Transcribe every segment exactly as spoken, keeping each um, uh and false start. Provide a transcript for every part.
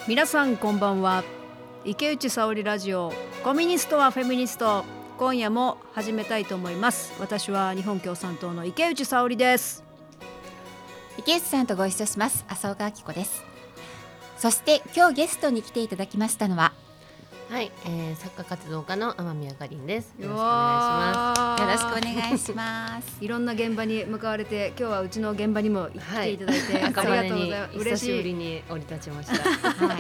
皆さんこんばんは。池内沙織ラジオ、コミュニストはフェミニスト、今夜も始めたいと思います。私は日本共産党の池内沙織です。 池内さんとご一緒します浅岡明子です。そして今日ゲストに来ていただきましたのは、 はい、えー、作家活動家の天宮かりんです。よろしくお願いします。 よろしくお願いしますいろんな現場に向かわれて、今日はうちの現場にも行っていただいて、はい、ありがとうございます。 嬉しい。久しぶりに降り立ちました、 はい、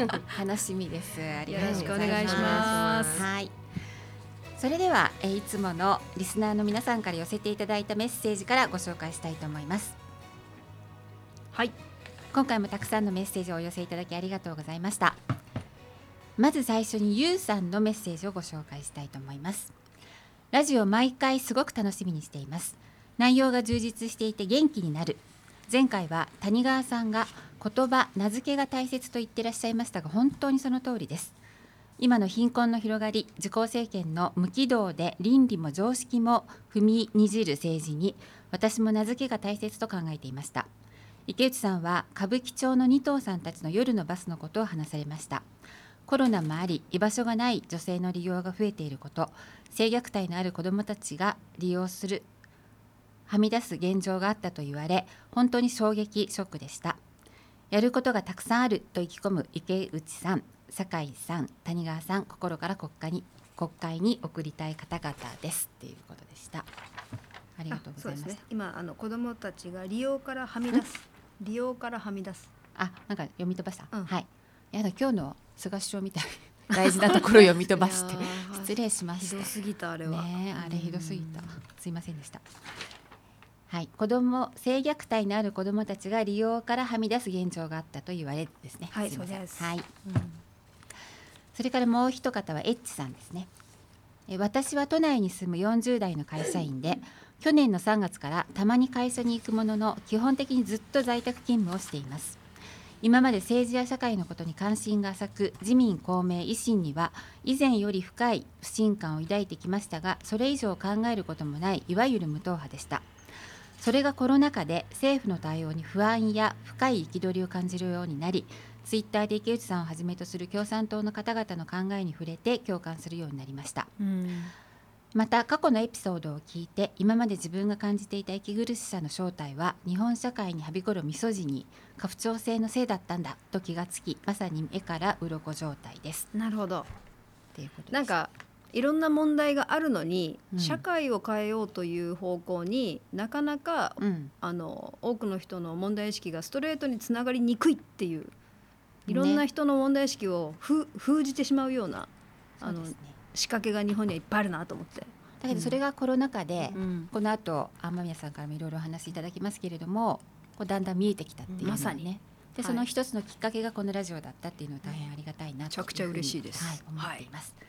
楽しみです。ありがとうございます。 よろしくお願いします。 はい、それでは、えー、いつものリスナーの皆さんから寄せていただいたメッセージからご紹介したいと思います。 はい、 今回もたくさんのメッセージをお寄せいただきありがとうございました。まず最初にゆうさんのメッセージをご紹介したいと思います。ラジオ毎回すごく楽しみにしています。内容が充実していて元気になる。前回は谷川さんが言葉名付けが大切と言ってらっしゃいましたが、本当にその通りです。今の貧困の広がり、自公政権の無軌道で倫理も常識も踏みにじる政治に、私も名付けが大切と考えていました。池内さんは歌舞伎町の二頭さんたちの夜のバスのことを話されました。コロナもあり、居場所がない女性の利用が増えていること、性虐待のある子どもたちが利用するはみ出す現状があったと言われ、本当に衝撃ショックでした。やることがたくさんあると意気込む池内さん、酒井さん、谷川さん、心から国会に国会に送りたい方々ですということでした。ありがとうございます。 そうですね、今あの子どもたちが利用からはみ出す利用からはみ出すあ、なんか読み飛ばした、うん、はい。やだ、今日の菅首相みたい大事なところ読み飛ばして失礼しました。 ひどすぎた、あれは、 ね、あれひどすぎた、すいませんでした。はい、子ども性虐待のある子どもたちが利用からはみ出す現状があったと言われるですね。 はい、そうです。 はい、うん、それからもう一方はエッチさんですね。え私は都内に住むよんじゅう代の会社員で、去年のさんがつからたまに会社に行くものの、基本的にずっと在宅勤務をしています。今まで政治や社会のことに関心が浅く、自民公明維新には以前より深い不信感を抱いてきましたが、それ以上考えることもないいわゆる無党派でした。それがコロナ禍で政府の対応に不安や深い憤りを感じるようになり、ツイッターで池内さんをはじめとする共産党の方々の考えに触れて共感するようになりました。うん、また過去のエピソードを聞いて、今まで自分が感じていた息苦しさの正体は日本社会にはびこるミソジニー、家父長制のせいだったんだと気がつき、まさに目から鱗状態です。 なるほど。 っていうことです。 なんかいろんな問題があるのに、うん、社会を変えようという方向になかなか、うん、あの多くの人の問題意識がストレートにつながりにくいっていう、いろんな人の問題意識をふ封じてしまうような、あの、ね、仕掛けが日本にはいっぱいあるなと思って。 だけどそれがコロナ禍で、うん、この後天宮さんからもいろいろお話しいただきますけれども、こうだんだん見えてきたっていうのね、まさにで、その一つのきっかけがこのラジオだったっていうのは大変ありがたいなというふうに、めちゃくちゃ嬉しいです、はい、思っています、はい。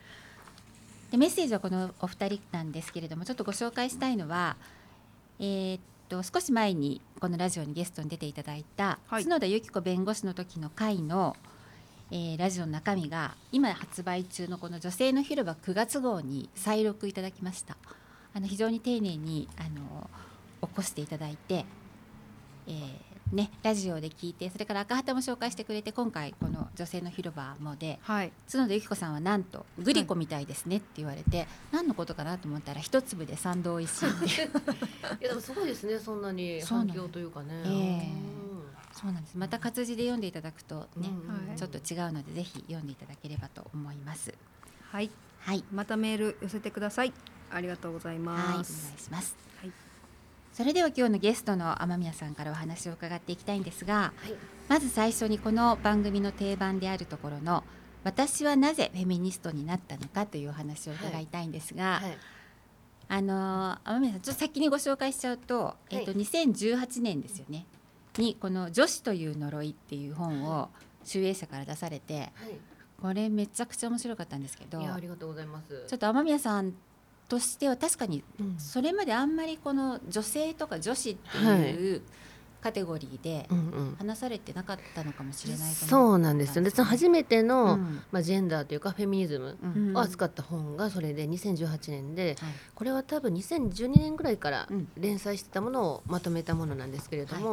でメッセージはこのお二人なんですけれども、ちょっとご紹介したいのは、えー、っと少し前にこのラジオにゲストに出ていただいた、はい、角田由紀子弁護士の時の回の、えー、ラジオの中身が今発売中のこの女性の広場くがつ号に再録いただきました。あの非常に丁寧にあの起こしていただいて、えーね、ラジオで聞いて、それから赤旗も紹介してくれて、今回この女性の広場もで、はい、角田由紀子さんはなんとグリコみたいですねって言われて、はい、何のことかなと思ったら一粒で三度おいしいっていやでもすごいですね、そんなに反響というかね。 えー、そうなんです。また活字で読んでいただくとね、うん、ちょっと違うのでぜひ読んでいただければと思います。 はい、はい、またメール寄せてください。ありがとうございます。はい、お願いします。はい、それでは今日のゲストの天宮さんからお話を伺っていきたいんですが、はい、まず最初にこの番組の定番であるところの私はなぜフェミニストになったのかというお話を伺いたいんですが、はいはい、あの天宮さん、ちょっと先にご紹介しちゃうと、はい、えーと、にせんじゅうはちねんですよねにこの女子という呪いっていう本を集英社から出されて、はい、これめちゃくちゃ面白かったんですけど、 いやありがとうございます。 ちょっと天宮さんとしては確かにそれまであんまりこの女性とか女子っていうカテゴリーで話されてなかったのかもしれないと思うんですね。 そうなんですよね。初めての、うんまあ、ジェンダーというかフェミニズムを扱った本がそれでにせんじゅうはちねんで、うん、これは多分にせんじゅうにねんぐらいから連載してたものをまとめたものなんですけれども、はい、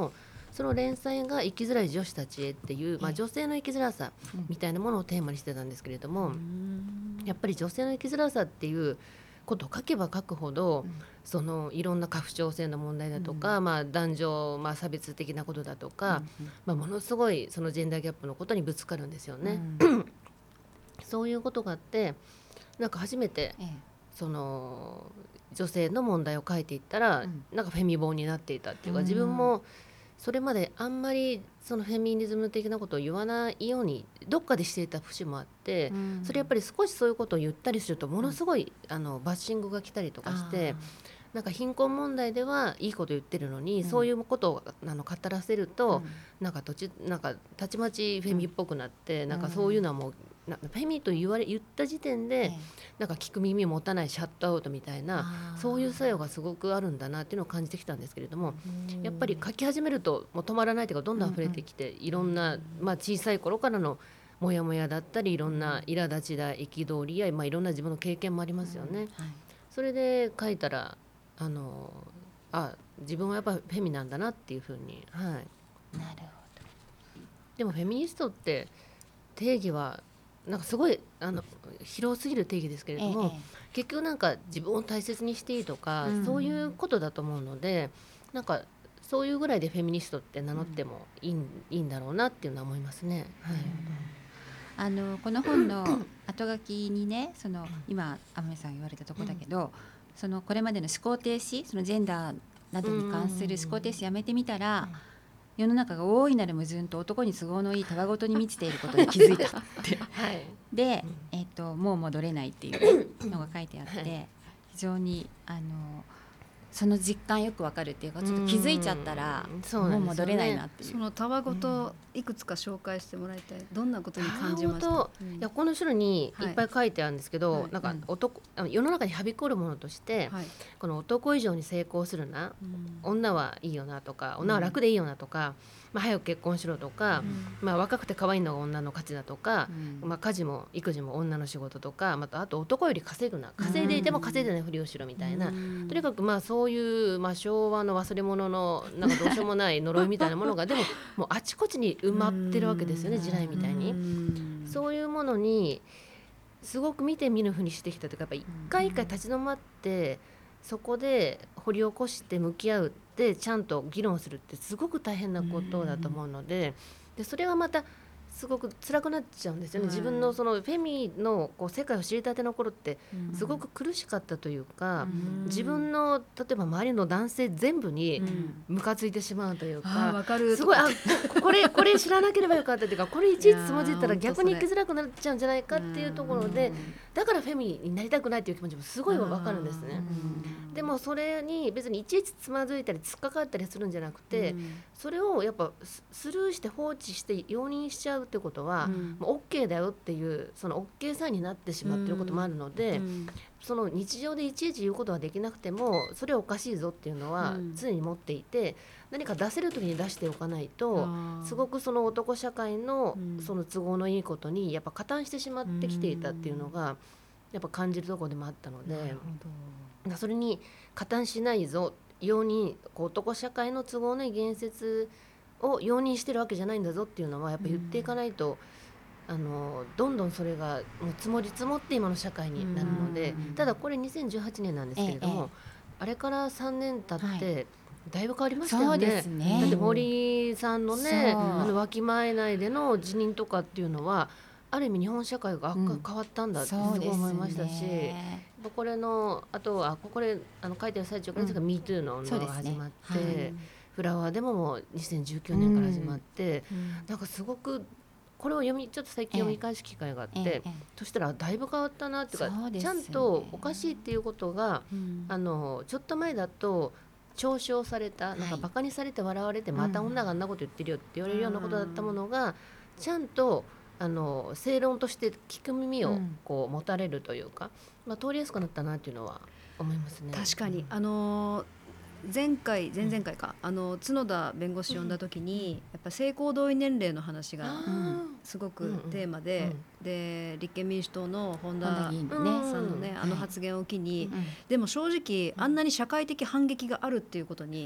その連載が生きづらい女子たちへっていう、まあ、女性の生きづらさみたいなものをテーマにしてたんですけれども、やっぱり女性の生きづらさっていうことを書けば書くほど、うん、そのいろんな家父長制の問題だとか、うんまあ、男女、まあ、差別的なことだとか、うんまあ、ものすごいそのジェンダーギャップのことにぶつかるんですよね、うん、そういうことがあってなんか初めて、ええ、その女性の問題を書いていったら、うん、なんかフェミボーになっていたっていうか、自分もそれまであんまりそのフェミニズム的なことを言わないようにどっかでしていた節もあって、うん、それやっぱり少しそういうことを言ったりするとものすごい、うん、あのバッシングが来たりとかしてなんか貧困問題ではいいこと言ってるのに、うん、そういうことをあの語らせると、うん、なんか途中なんかたちまちフェミっぽくなって、うん、なんかそういうのはもうなフェミと言われ言った時点で、うん、なんか聞く耳を持たないシャットアウトみたいなそういう作用がすごくあるんだなっていうのを感じてきたんですけれども、やっぱり書き始めるともう止まらないというかどんどん溢れてきて、うんうん、いろんな、まあ、小さい頃からのモヤモヤだったりいろんな苛立ちだ憤りや、まあ、いろんな自分の経験もありますよね、うんはい、それで書いたらあのあ自分はやっぱフェミなんだなっていうふうに、はい、なるほど。でもフェミニストって定義はなんかすごいあの広すぎる定義ですけれども、ええ、結局なんか自分を大切にしていいとか、うん、そういうことだと思うのでなんかそういうぐらいでフェミニストって名乗ってもいい、うん、いいんだろうなっていうのは思いますね、はい、 あのこの本の後書きにねその今天海さんが言われたところだけど、うん、そのこれまでの思考停止そのジェンダーなどに関する思考停止やめてみたら、うん世の中が大いなる矛盾と男に都合のいいたわごとに満ちていることに気づいたって、はい、で、うんえーと、もう戻れないっていうのが書いてあって、はい、非常にあのその実感よくわかるっていうかちょっと気づいちゃったらもう戻れないなっていう、 そのたわごといくつか紹介してもらいたい。どんなことに感じました？ うん、いやこの後ろにいっぱい書いてあるんですけど、はい、なんか男、うん、世の中にはびこるものとして、はい、この男以上に成功するな、うん、女はいいよなとか女は楽でいいよなとか、まあ、早く結婚しろとか、うんまあ、若くて可愛いのが女の価値だとか、うんまあ、家事も育児も女の仕事とか、またあと男より稼ぐな稼いでいても稼いでないふりをしろみたいな、うん、とにかくまあそういう、まあ、昭和の忘れ物のなんかどうしようもない呪いみたいなものがでももうあちこちに埋まってるわけですよね、地雷みたいに。そういうものにすごく見て見ぬふりしてきたというか、やっぱ一回一回立ち止まってそこで掘り起こして向き合うってちゃんと議論するってすごく大変なことだと思うので、でそれはまたすごく辛くなっちゃうんですよね、はい、自分のそのフェミのこう世界を知りたての頃ってすごく苦しかったというか、うん、自分の例えば周りの男性全部にムカついてしまうというか、 うん、あ、分かるすごいあこれこれ知らなければよかったというかこれいちいちつまずいたら逆に生きづらくなっちゃうんじゃないかっていうところで、だからフェミになりたくないという気持ちもすごい分かるんですね。でもそれに別にいちいちつまずいたり突っかかったりするんじゃなくて、うん、それをやっぱスルーして放置して容認しちゃうってことは、うん、もう OK だよっていうその OK サインになってしまっていることもあるので、うん、その日常でいちいち言うことはできなくてもそれはおかしいぞっていうのは常に持っていて、何か出せる時に出しておかないとすごくその男社会のその都合のいいことにやっぱ加担してしまってきていたっていうのがやっぱ感じるところでもあったので、それに加担しないぞ容認こう男社会の都合のいい言説を容認してるわけじゃないんだぞっていうのはやっぱ言っていかないと、うん、あのどんどんそれがもう積もり積もって今の社会になるので、うん、ただこれにせんじゅうはちねんなんですけれども、ええ、あれからさんねん経って、はい、だいぶ変わりましたよね。そうですね。だって森さんのねあのわきまえないでの辞任とかっていうのはある意味日本社会が変わったんだってすごい思いましたし、うん、これのあとはこれあの書いてる最中から ミートゥー の運動が始まって、ねはい、フラワーでももうにせんじゅうきゅうねんから始まって、うん、なんかすごくこれを読みちょっと最近読み返す機会があって、ええええ、そしたらだいぶ変わったなっていうか、ね、ちゃんとおかしいっていうことが、うん、あのちょっと前だと嘲笑された、なんかバカにされて笑われて、はい、また女があんなこと言ってるよって言われるようなことだったものが、うん、ちゃんとあの正論として聞く耳をこう持たれるというか、うんまあ、通りやすくなったなっていうのは思いますね。 確かに、うん、あの前回前々回か、うん、あの角田弁護士呼んだ時に、うん、やっぱ性行同意年齢の話がすごくテーマで、うんうん、で立憲民主党の本田さんのね、あの発言を機に、うん、でも正直あんなに社会的反撃があるっていうことに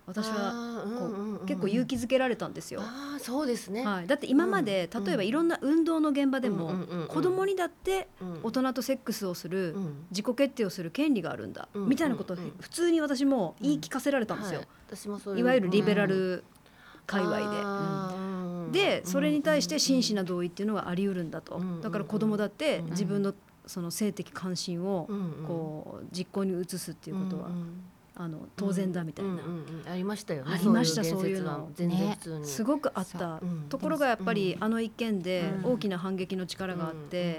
私はこう結構勇気づけられたんですよ。 あーそうですね、 はい、だって今まで、うん、例えばいろんな運動の現場でも、うんうんうん、子供にだって大人とセックスをする、うん、自己決定をする権利があるんだ、うん、みたいなことを普通に私も言い聞かせられたんですよ、うんはい、私もそういういわゆるリベラル界隈で、うん、でそれに対して真摯な同意っていうのがあり得るんだと、だから子供だって自分のその性的関心をこう実行に移すっていうことは、うんうんあの当然だみたいな、うんうんうん、ありましたよね。 ありました、そういうの全然普通に、 ね、すごくあった、うん、ところがやっぱり、うん、あの一件で大きな反撃の力があって、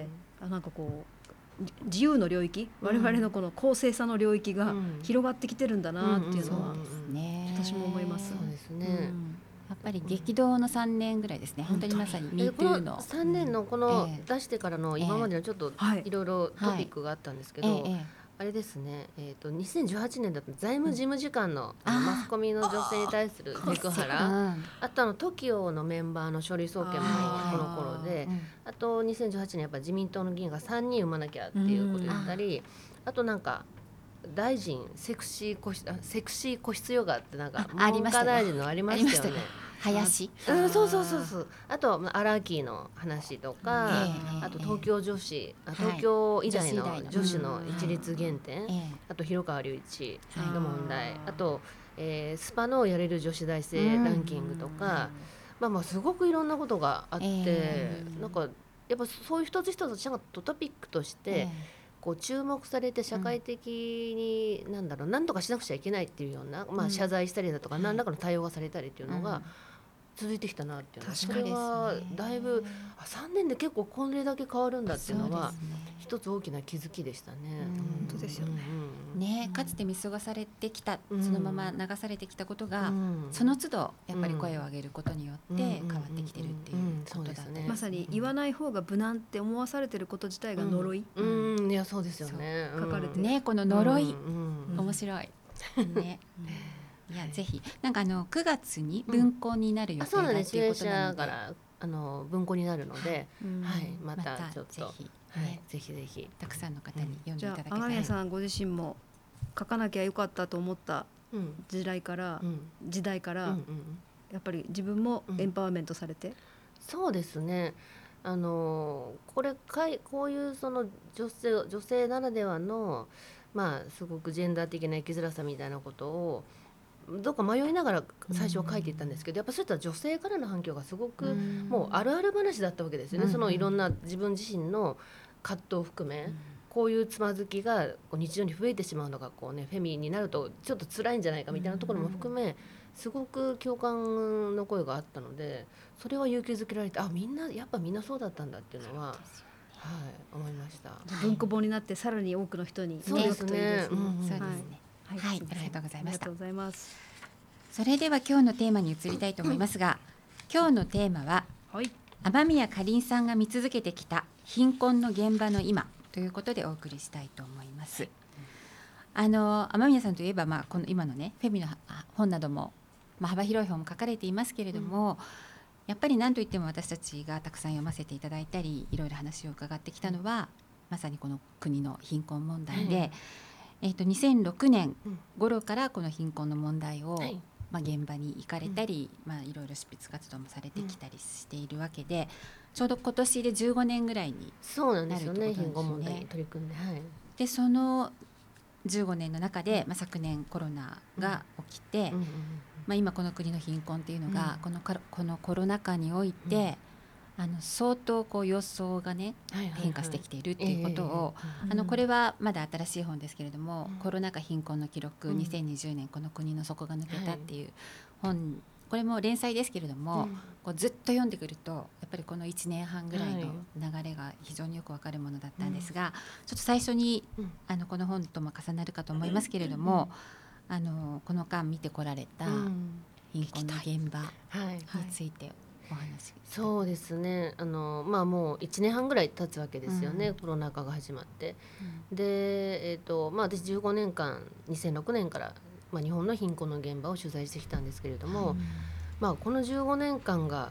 うん、なんかこう自由の領域、うん、我々のこの公正さの領域が広がってきてるんだなっていうのは、私も思います。 そうですね、 うんやっぱり激動のさんねんぐらいですね、うん、本当にまさに ミートゥー の、 このさんねんのこの出してからの今までのちょっといろいろトピックがあったんですけど、はいはいええあれですね、えー、とにせんじゅうはちねんだと財務事務次官 の,、うん、あのマスコミの女性に対するセクハラ、 あ, あとあの トキオ のメンバーの書類送検もこの頃で、あ, あとにせんじゅうはちねんやっぱ自民党の議員がさんにん産まなきゃっていうことを言ったり、あとなんか大臣セクシー個室セクシー個室ヨガってなんか文科大臣のありましたよね。 林、 うん、そうそうそうそう。あとアラーキーの話とか、えー、あと東京女子、えー、東京医大の女子の一律減点、はい、あと広川隆一の問題、あと、えー、スパのやれる女子大生ランキングとか、まあまあすごくいろんなことがあって、えー、なんかやっぱそういう一つ一つちゃんとトピックとして、えーこう注目されて社会的に何だろう何とかしなくちゃいけないっていうような、まあ、謝罪したりだとか何らかの対応がされたりっていうのが続いてきたなっていうのは、それはだいぶあさんねんで結構これだけ変わるんだっていうのは一つ大きな気づきでしたね。 本当ですよね。 ね、かつて見過ごされてきた、そのまま流されてきたことが、その都度やっぱり声を上げることによって変わってきてるっていうことだね。 まさに言わない方が無難って思わされてること自体が呪い、 うんうん、いやそうですよね。 書かれてね、この呪い、面白いね。いやぜひなんかあのくがつに文庫になる予定だっていうことなので、 からあの文庫になるので、はい、またちょっと、 またぜひ、 はい、ぜひぜひたくさんの方に読んでいただきたい。 雨宮さんご自身も書かなきゃよかったと思った時代から、うん、時代から、うんうん、やっぱり自分もエンパワーメントされて、うん、 そうですね。あのこれかいこういうその女性女性ならではのまあすごくジェンダー的な生きづらさみたいなことをどっか迷いながら最初は書いていったんですけど、やっぱそういった女性からの反響がすごくもうあるある話だったわけですよね。そのいろんな自分自身の葛藤を含め、こういうつまずきがこう日常に増えてしまうのがこう、ね、フェミになるとちょっと辛いんじゃないかみたいなところも含めすごく共感の声があったので、それは勇気づけられて、あみんなやっぱみんなそうだったんだっていうのは、はい、思いました。 文庫本になってさらに多くの人に届くといいですね。 そうですね。はい、はい、ありがとうございました。 ありがとうございます。 それでは今日のテーマに移りたいと思いますが、今日のテーマは、はい、雨宮かりんさんが見続けてきた貧困の現場の今ということでお送りしたいと思います。あの雨宮さんといえば、まあ、この今のねフェミの本なども、まあ、幅広い本も書かれていますけれども、うん、やっぱり何といっても私たちがたくさん読ませていただいたりいろいろ話を伺ってきたのは、まさにこの国の貧困問題で、うんえー、とにせんろくねん頃からこの貧困の問題を、はいまあ、現場に行かれたり、うんまあ、いろいろ執筆活動もされてきたりしているわけで、うん、ちょうど今年でじゅうごねんぐらいになるってことなんですよね。 貧困問題に取り組んで、はい、 でそのじゅうごねんの中で、まあ、昨年コロナが起きて、うんうんうんまあ、今この国の貧困っていうのが、うん、このこのコロナ禍において、うんあの相当こう様相がね、はいはいはい、変化してきているっていうことを、えー、あのこれはまだ新しい本ですけれども、うん、コロナ禍貧困の記録、うん、にせんにじゅうねんこの国の底が抜けたっていう本、はい、これも連載ですけれども、うん、こうずっと読んでくるとやっぱりこのいちねんはんぐらいの流れが非常によくわかるものだったんですが、はい、ちょっと最初に、うん、あのこの本とも重なるかと思いますけれども、うん、あのこの間見てこられた貧困の現場について、はいお話そうですねあの、まあ、もういちねんはんぐらい経つわけですよね、うん、コロナ禍が始まって、うん、で、えーとまあ、私じゅうごねんかんにせんろくねんから、まあ、日本の貧困の現場を取材してきたんですけれども、うんまあ、このじゅうごねんかんが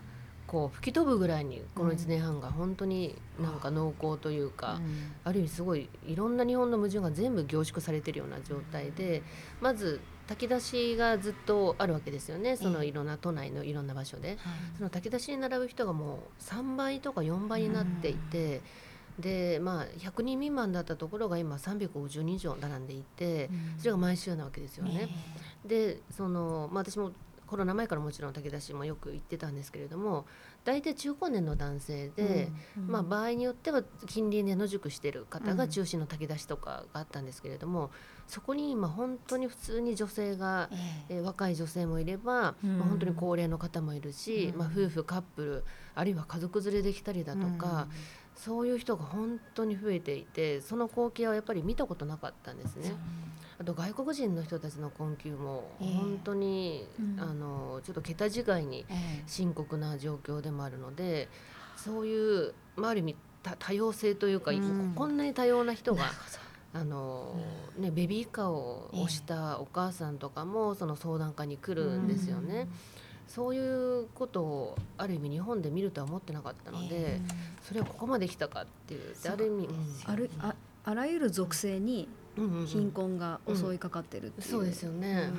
こう吹き飛ぶぐらいにこのいちねんはんが本当になんか濃厚というか、うん、ある意味すごいいろんな日本の矛盾が全部凝縮されているような状態で、まず炊き出しがずっとあるわけですよね。そのいろんな都内のいろんな場所で、その炊き出しに並ぶ人がもうさんばいとかよんばいになっていて、でまあひゃくにん未満だったところが今さんびゃくごじゅうにん以上並んでいて、それが毎週なわけですよね。でその、まあ、私もコロナ前からもちろん炊き出しもよく行ってたんですけれども、大体中高年の男性で、うんうん、まあ、場合によっては近隣で野宿している方が中心の炊き出しとかがあったんですけれども、うん、そこに今本当に普通に女性が、えーえー、若い女性もいれば、うん、まあ、本当に高齢の方もいるし、うん、まあ、夫婦カップルあるいは家族連れで来たりだとか、うん、そういう人が本当に増えていて、その光景はやっぱり見たことなかったんですね。あと外国人の人たちの困窮も本当に、えーうん、あのちょっと桁違いに深刻な状況でもあるので、そういう、まあ、ある意味多様性というか、うん、こんなに多様な人があの、ね、ベビーカーを押したお母さんとかもその相談課に来るんですよね。うん、そういうことをある意味日本で見るとは思ってなかったので、えー、それはここまで来たかっていう、ある意味、うん、 ある あ, あらゆる属性に貧困が襲いかかってるっていう、 うんうんうん、そうですよね、はい、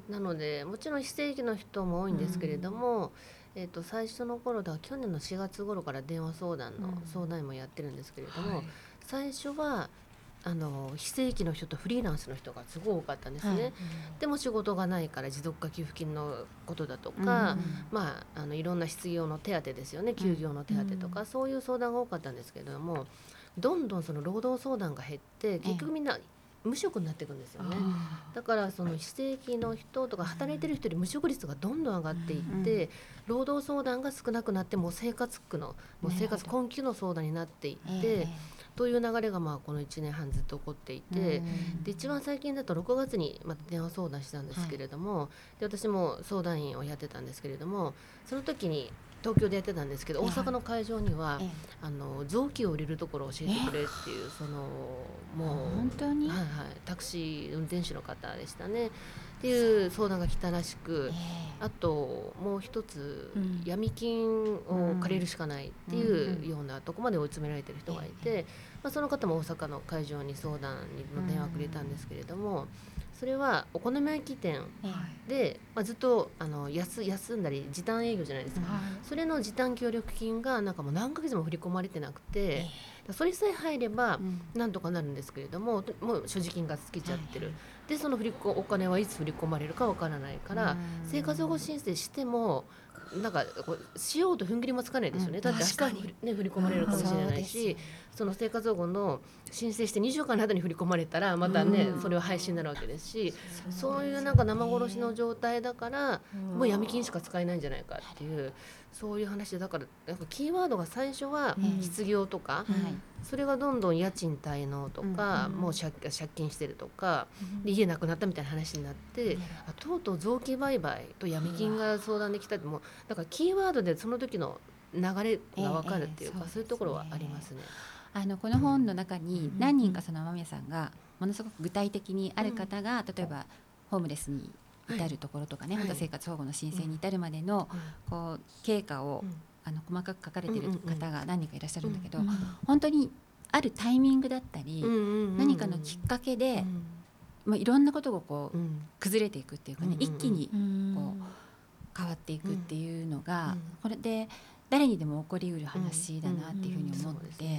なのでもちろん非正規の人も多いんですけれども、うん、えー、と最初の頃だから去年のしがつ頃から電話相談の相談員もやってるんですけれども、うんはい、最初はあの非正規の人とフリーランスの人がすごい多かったんですね、はい、うん、でも仕事がないから持続化給付金のことだとか、うん、まあ、あのいろんな失業の手当ですよね、休業の手当とか、うん、そういう相談が多かったんですけれども、どんどんその労働相談が減って結局みんな無職になっていくんですよね。だからその非正規の人とか働いてる人より無職率がどんどん上がっていって、労働相談が少なくなって、もう生活苦のもう生活困窮の相談になっていって、という流れがまあこのいちねんはんずっと起こっていて、で一番最近だとろくがつにまた電話相談したんですけれども、で私も相談員をやってたんですけれども、その時に東京でやってたんですけど、大阪の会場には、ええ、あの臓器を売れるところを教えてくれっていう、そのもう本当に、 はいはい、タクシー運転手の方でしたねっていう相談が来たらしく、えー、あともう一つ、うん、闇金を借りるしかないっていうようなとこまで追い詰められてる人がいて、えーまあ、その方も大阪の会場に相談の電話くれたんですけれども、うん、それはお好み焼き店で、まあ、ずっとあの 休, 休んだり時短営業じゃないですか、はい、それの時短協力金がなんかもう何ヶ月も振り込まれてなくて、えー、それさえ入ればなんとかなるんですけれども、うん、もう所持金が尽きちゃってる、はいはい、でその振りお金はいつ振り込まれるかわからないから、生活保護申請してもなんかこうしようと踏ん切りもつかないですよね、うん、だって明日、ね、振り込まれるかもしれないし、うん、そ, その生活保護の申請してにしゅうかんの後に振り込まれたらまたね、うん、それは廃止になるわけですし、うん、そういうなんか生殺しの状態だから、うん、もう闇金しか使えないんじゃないかっていう、そういう話で、だからなんかキーワードが最初は失業とか、うんはい、それがどんどん家賃滞納とか、うん、もう 借, 借金してるとか、うん、で家なくなったみたいな話になって、うん、あとうとう臓器売買と闇金が相談できたって、もうだからキーワードでその時の流れが分かるっていうか、えーえー そう, そういうところはありますね。 あのこの本の中に何人かその雨宮さんがものすごく具体的にある方が、例えばホームレスに至るところとかね、はい、また生活保護の申請に至るまでのこう経過をあの細かく書かれている方が何人かいらっしゃるんだけど、本当にあるタイミングだったり何かのきっかけで、まあ、いろんなことがこう崩れていくっていうかね、一気にこう変わっていくっていうのが、これで誰にでも起こりうる話だなっていうふうに思って、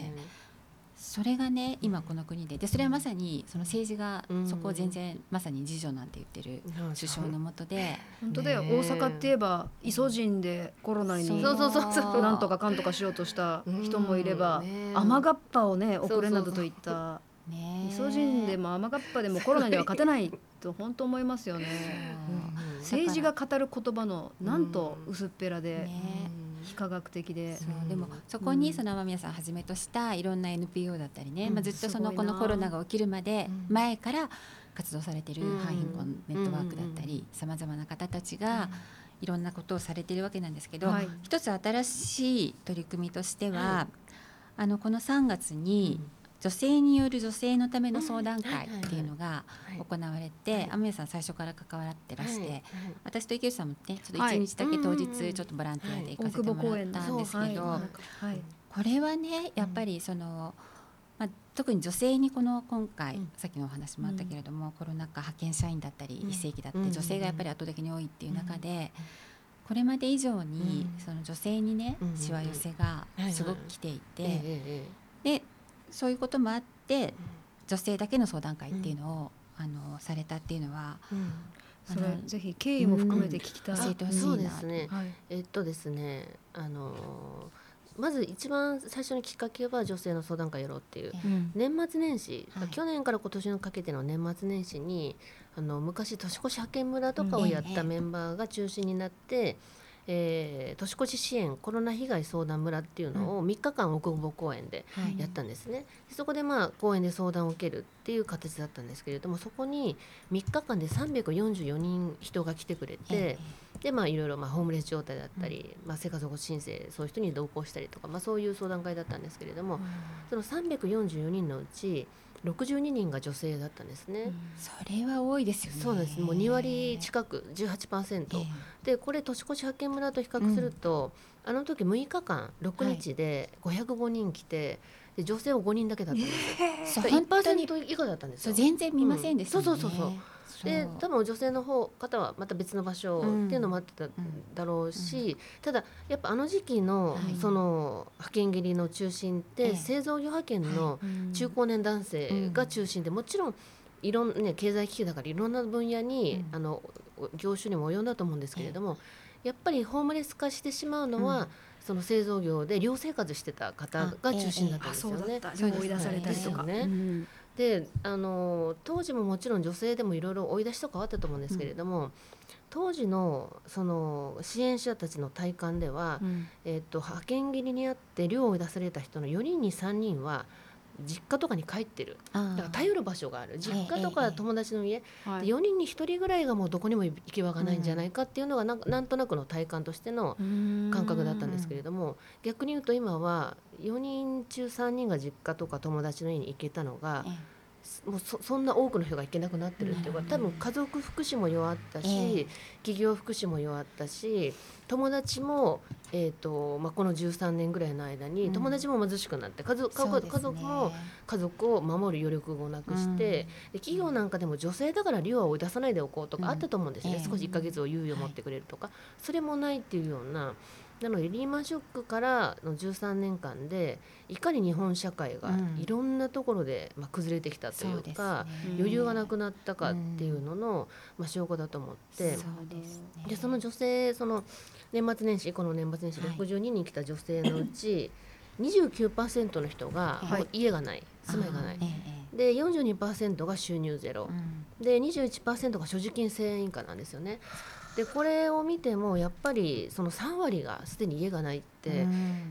それがね今この国で、でそれはまさにその政治がそこを全然まさに自助なんて言ってる首相の下で、 本当だよ、大阪って言えばイソジンでコロナになんとかかんとかしようとした人もいれば、雨がっぱをね送れなどといったイソジンでも雨がっぱでもコロナには勝てないと本当思いますよね。政治が語る言葉のなんと薄っぺらで非科学的で、 そうでもそこにその雨宮さんをはじめとしたいろんな エヌピーオー だったりね、うんまあ、ずっとそのこのコロナが起きるまで前から活動されている反貧困ネットワークだったりさまざまな方たちがいろんなことをされているわけなんですけど、はい、一つ新しい取り組みとしては、はい、あのこのさんがつに女性による女性のための相談会っていうのが行われて、 はい、 雨宮さん最初から関わってらして、はいはい、私と池内さんもねちょっとはいいちにちだけ当日ちょっとボランティアで行かせてもらったんですけど、 はいこれはねやっぱりその、まあ、特に女性にこの今回、うん、さっきのお話もあったけれども、うん、コロナ禍派遣社員だったり、うん、非正規だって女性がやっぱり圧倒的に多いっていう中で、うん、これまで以上に、うん、その女性にね、うん、しわ寄せがすごく来ていて、はいはい、でそういうこともあって女性だけの相談会っていうのを、うん、あのされたっていうのは、うん、 それぜひ経緯も含めて聞きたい、 うん、教えてほしいな。 そうですね、はい、えっとですねあのまず一番最初のきっかけは女性の相談会やろうっていう、うん、年末年始、はい、去年から今年にかけての年末年始にあの昔年越し派遣村とかをやったメンバーが中心になって、うんえー、年越し支援コロナ被害相談村っていうのをみっかかん奥久保公園でやったんですね、うん、そこでまあ公園で相談を受けるっていう形だったんですけれども、そこにみっかかんでさんびゃくよんじゅうよにん人が来てくれて、でまあいろいろまあホームレス状態だったり、うんまあ、生活保護申請そういう人に同行したりとか、まあ、そういう相談会だったんですけれども、うん、そのさんびゃくよんじゅうよにんのうちろくじゅうににんが女性だったんですね、うん、 それは多いですよね。 そうです、もうにわり近く じゅうはちパーセント、えー、でこれ年越し派遣村と比較すると、うん、あの時むいかかんろくにちでごひゃくごにん来て、で女性はごにんだけだったんですよ、えー、いちパーセント以下だったんですよ。 全然見ませんでしたね、 うん、そうそうそうそうで多分女性の方方はまた別の場所っていうのもあってただろうし、うんうん、ただやっぱあの時期の、はい、その派遣切りの中心って、ええ、製造業派遣の中高年男性が中心で、もちろんいろん、ね、経済危機だからいろんな分野に、うん、あの業種にも及んだと思うんですけれども、え、やっぱりホームレス化してしまうのは、うん、その製造業で寮生活してた方が中心だったんですよね。 追い出されたりとか、 ね、うんであの当時ももちろん女性でもいろいろ追い出しとかあったと思うんですけれども、うん、当時 の, その支援者たちの体感では、うんえー、と派遣切りにあって寮を追い出された人のよにんにさんにんは実家とかに帰ってる、だから頼る場所がある、実家とか友達の家、ええええ、よにんにひとりぐらいがもうどこにも行き場がないんじゃないかっていうのが な, んなんとなくの体感としての感覚だったんですけれども、逆に言うと今はよにんちゅうさんにんが実家とか友達の家に行けたのが、ええもう そ, そんな多くの人が行けなくなってるっていうか、多分家族福祉も弱ったし、えー、企業福祉も弱ったし、友達も、えーとまあ、このじゅうさんねんぐらいの間に友達も貧しくなって、うん、家, 族家族も家族を守る余力をなくして、うん、で企業なんかでも女性だから寮は追い出さないでおこうとかあったと思うんですね、うんえー、少しいっかげつを猶予を持ってくれるとか、はい、それもないっていうような。なのでリーマンショックからのじゅうさんねんかんでいかに日本社会がいろんなところで、まあ、崩れてきたというか、うん、余裕がなくなったかっていうのの、まあ、証拠だと思って、 そうですね、 でその女性その年末年始この年末年始ろくじゅうににん来た女性のうち、はい、にじゅうきゅうパーセントの人が家がない、はい、住まいがない、で よんじゅうにパーセント が収入ゼロ、うん、で にじゅういちパーセント が所持金せんえん以下なんですよね。でこれを見てもやっぱりそのさんわりがすでに家がないって、うん、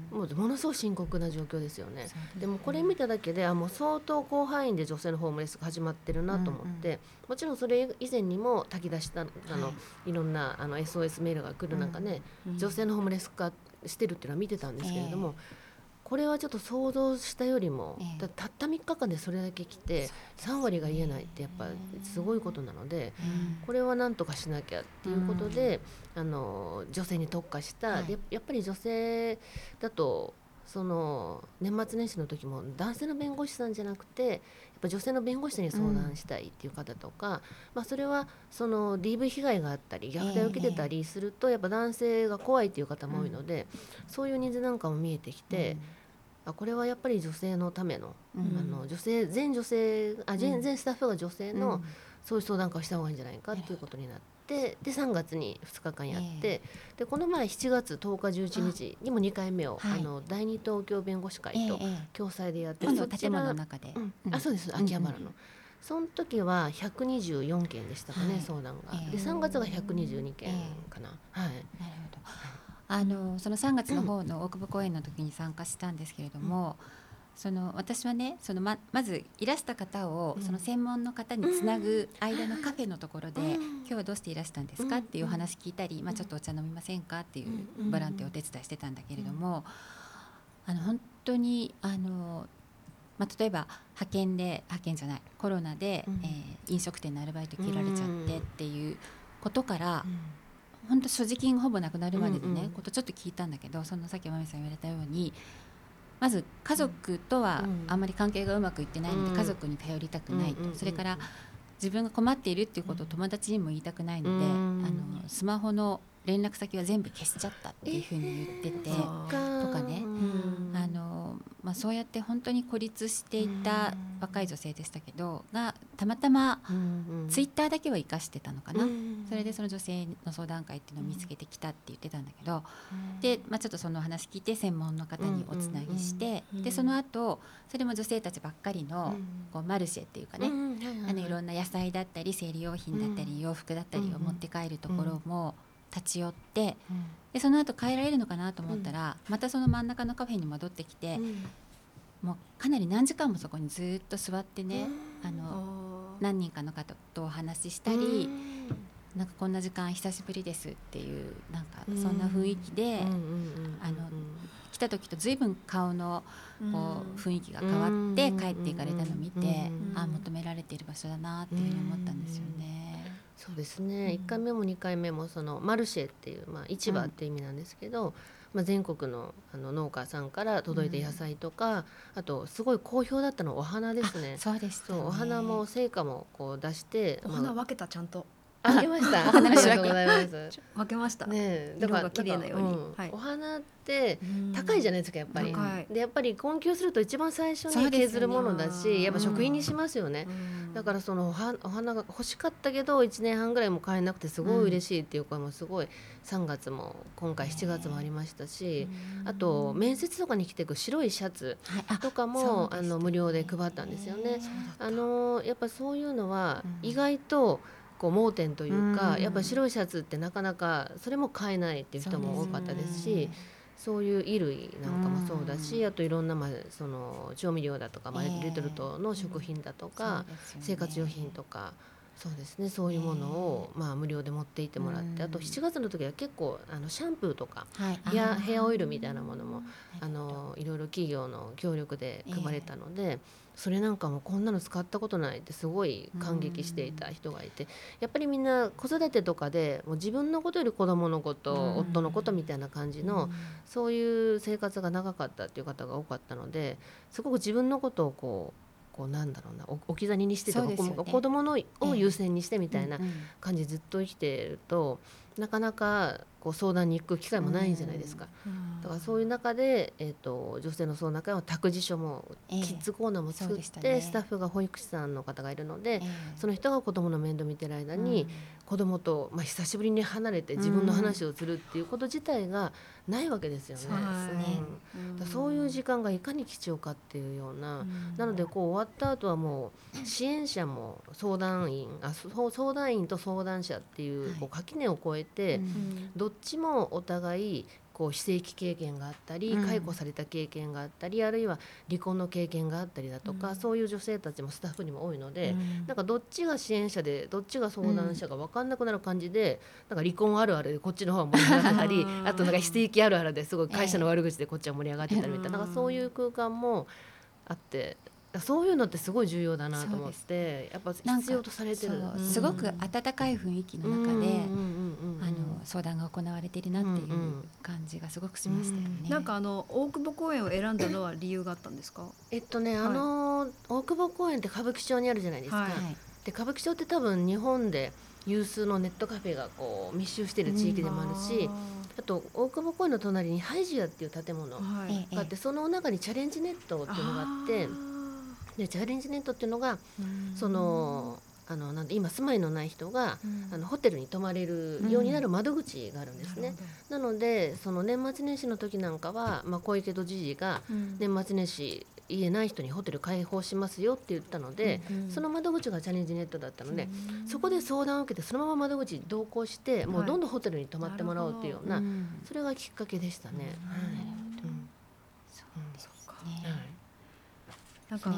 もうものすごく深刻な状況ですよね。 で, でもこれ見ただけであもう相当広範囲で女性のホームレスが始まってるなと思って、うんうん、もちろんそれ以前にも炊き出したあの、はい、いろんなあの エスオーエス メールが来る中ね、うんうん、女性のホームレス化してるっていうのは見てたんですけれども、えーこれはちょっと想像したよりも、ええ、たったみっかかんでそれだけ来てさんわりが言えないってやっぱすごいことなので、うん、これはなんとかしなきゃっていうことで、うん、あの女性に特化した、はい、でやっぱり女性だとその年末年始の時も男性の弁護士さんじゃなくてやっぱ女性の弁護士に相談したいっていう方とか、うんまあ、それはその ディーブイ 被害があったり虐待を受けてたりするとやっぱ男性が怖いっていう方も多いので、うん、そういうニーズなんかも見えてきて、うんあこれはやっぱり女性のため の,、うん、あの女性全女性あ全、全スタッフが女性の、うん、そういう相談会をした方がいいんじゃないかっていうことになって、でさんがつにふつかかんやって、えー、でこの前しちがつとおかじゅういちにちにもにかいめをあ、はい、あの第二東京弁護士会と共催でやって、えーえー、 そちら建物の中で、 うんうん、あそうです秋葉原の、うんうん、その時はひゃくにじゅうよんけんでしたかね、はい、相談が、えー、でさんがつがひゃくにじゅうにけんかな、えー、はい、なるほど。 あのそのさんがつの方の大久保公演の時に参加したんですけれども、うん、その私はねその ま, まずいらした方をその専門の方につなぐ間のカフェのところで、うん、今日はどうしていらしたんですかっていうお話聞いたり、まあ、ちょっとお茶飲みませんかっていうボランティアをお手伝いしてたんだけれども、あの本当にあのまあ、例えば派遣で派遣じゃないコロナで、うんえー、飲食店のアルバイト切られちゃってっていうことから、うん、本当所持金ほぼなくなるまでのね、うんうん、ことちょっと聞いたんだけど、そのさっきまみさん言われたようにまず家族とはあんまり関係がうまくいってないので、うん、家族に頼りたくないと、うん、それから自分が困っているっていうことを友達にも言いたくないので、うん、あのスマホの連絡先は全部消しちゃったっていうふうに言ってて、えー、とかね、うん、あのまあ、そうやって本当に孤立していた若い女性でしたけどがたまたまツイッターだけは生かしてたのかな、うん、それでその女性の相談会っていうのを見つけてきたって言ってたんだけど、うん、で、まあ、ちょっとその話聞いて専門の方におつなぎして、うん、でその後それも女性たちばっかりのこうマルシェっていうかね、うん、あのいろんな野菜だったり生理用品だったり洋服だったりを持って帰るところも立ち寄って、うん、でその後帰られるのかなと思ったら、うん、またその真ん中のカフェに戻ってきて、うん、もうかなり何時間もそこにずっと座ってね、うん、あの何人かの方とお話ししたり、うん、なんかこんな時間久しぶりですっていうなんかそんな雰囲気で、うん、あの来た時と随分顔のこう雰囲気が変わって帰っていかれたのを見て、うん、あ求められている場所だなっていうふうに思ったんですよね。 そうですね、うん、いっかいめもにかいめもそのマルシェっていう、まあ、市場っていう意味なんですけど、うんまあ、全国 の, あの農家さんから届いた野菜とか、うん、あとすごい好評だったのはお花ですね。 そうでしたね。 そうお花も成果もこう出してお花分けたちゃんと分けました。お花の仕分け分けましたね。 色が綺麗なように、 うんはい、お花って高いじゃないですかやっぱり。でやっぱり困窮すると一番最初に削るものだし、やっぱ食品にしますよね。だからそのお花が欲しかったけどいちねんはんぐらいも買えなくてすごい嬉しいっていう声もすごいさんがつも今回しちがつもありましたし、あと面接とかに着ていく白いシャツとかも、はい、あの無料で配ったんですよね。あのやっぱそういうのは意外とこう盲点というか、うん、やっぱ白いシャツってなかなかそれも買えないっていう人も多かったですし、そういう衣類なんかもそうだし、うん、あといろんな、まあ、その調味料だとか、まあ、レトルトの食品だとか、えーうん生活用品とかそうですね、そういうものを、えーまあ、無料で持っていってもらって、うん、あとしちがつの時は結構あのシャンプーとか、はい、ヘア、ヘアオイルみたいなものもあのいろいろ企業の協力で配られたので、えーそれなんかもこんなの使ったことないってすごい感激していた人がいて、やっぱりみんな子育てとかでもう自分のことより子供のこと、夫のことみたいな感じのそういう生活が長かったっていう方が多かったので、すごく自分のことをこうこうなんだろうな置き去りにしてとか、ね、子供のを優先にしてみたいな感じでずっと生きていると、えー、なかなかこう相談に行く機会もないんじゃないですか。だからそういう中で、えー、と女性の相談会は託児所もキッズコーナーも作って、えーね、スタッフが保育士さんの方がいるので、えー、その人が子供の面倒見てる間に、うん、子供と、まあ、久しぶりに離れて自分の話をするっていうこと自体がないわけですよね。そうですね、うん、だそういう時間がいかに貴重かっていうような、うん、なのでこう終わった後はもう支援者も相談員あ相談員と相談者っていう、こう垣根を越えて、うん、どっちもお互いこう非正規経験があったり、解雇された経験があったり、あるいは離婚の経験があったりだとか、うん、そういう女性たちもスタッフにも多いので、うん、なんかどっちが支援者でどっちが相談者が分かんなくなる感じで、うん、なんか離婚あるあるでこっちの方が盛り上がってたりあとなんか非正規あるあるですごい会社の悪口でこっちは盛り上がってたりみたいな、なんかそういう空間もあって、そういうのってすごい重要だなと思って、やっぱ必要とされてる、 うん、すごく温かい雰囲気の中で相談が行われているなっていう感じがすごくしましたよね。 うん、なんかあの大久保公園を選んだのは理由があったんですか？ えっとね、あの、はい、大久保公園って歌舞伎町にあるじゃないですか。はい、で歌舞伎町って多分日本で有数のネットカフェがこう密集している地域でもあるし、うん、あと大久保公園の隣にハイジアっていう建物があって、その中にチャレンジネットっていうのがあって、でチャレンジネットっていうのが、そのあのなんで今住まいのない人が、うん、あのホテルに泊まれるようになる窓口があるんですね。うん、なのでその年末年始の時なんかは、まあ、小池都知事が年末年始家ない人にホテル開放しますよって言ったので、うん、その窓口がチャレンジネットだったので、うん、そこで相談を受けてそのまま窓口に同行してもうどんどんホテルに泊まってもらおうっていうような、はい、それがきっかけでしたね。 なんか、ね、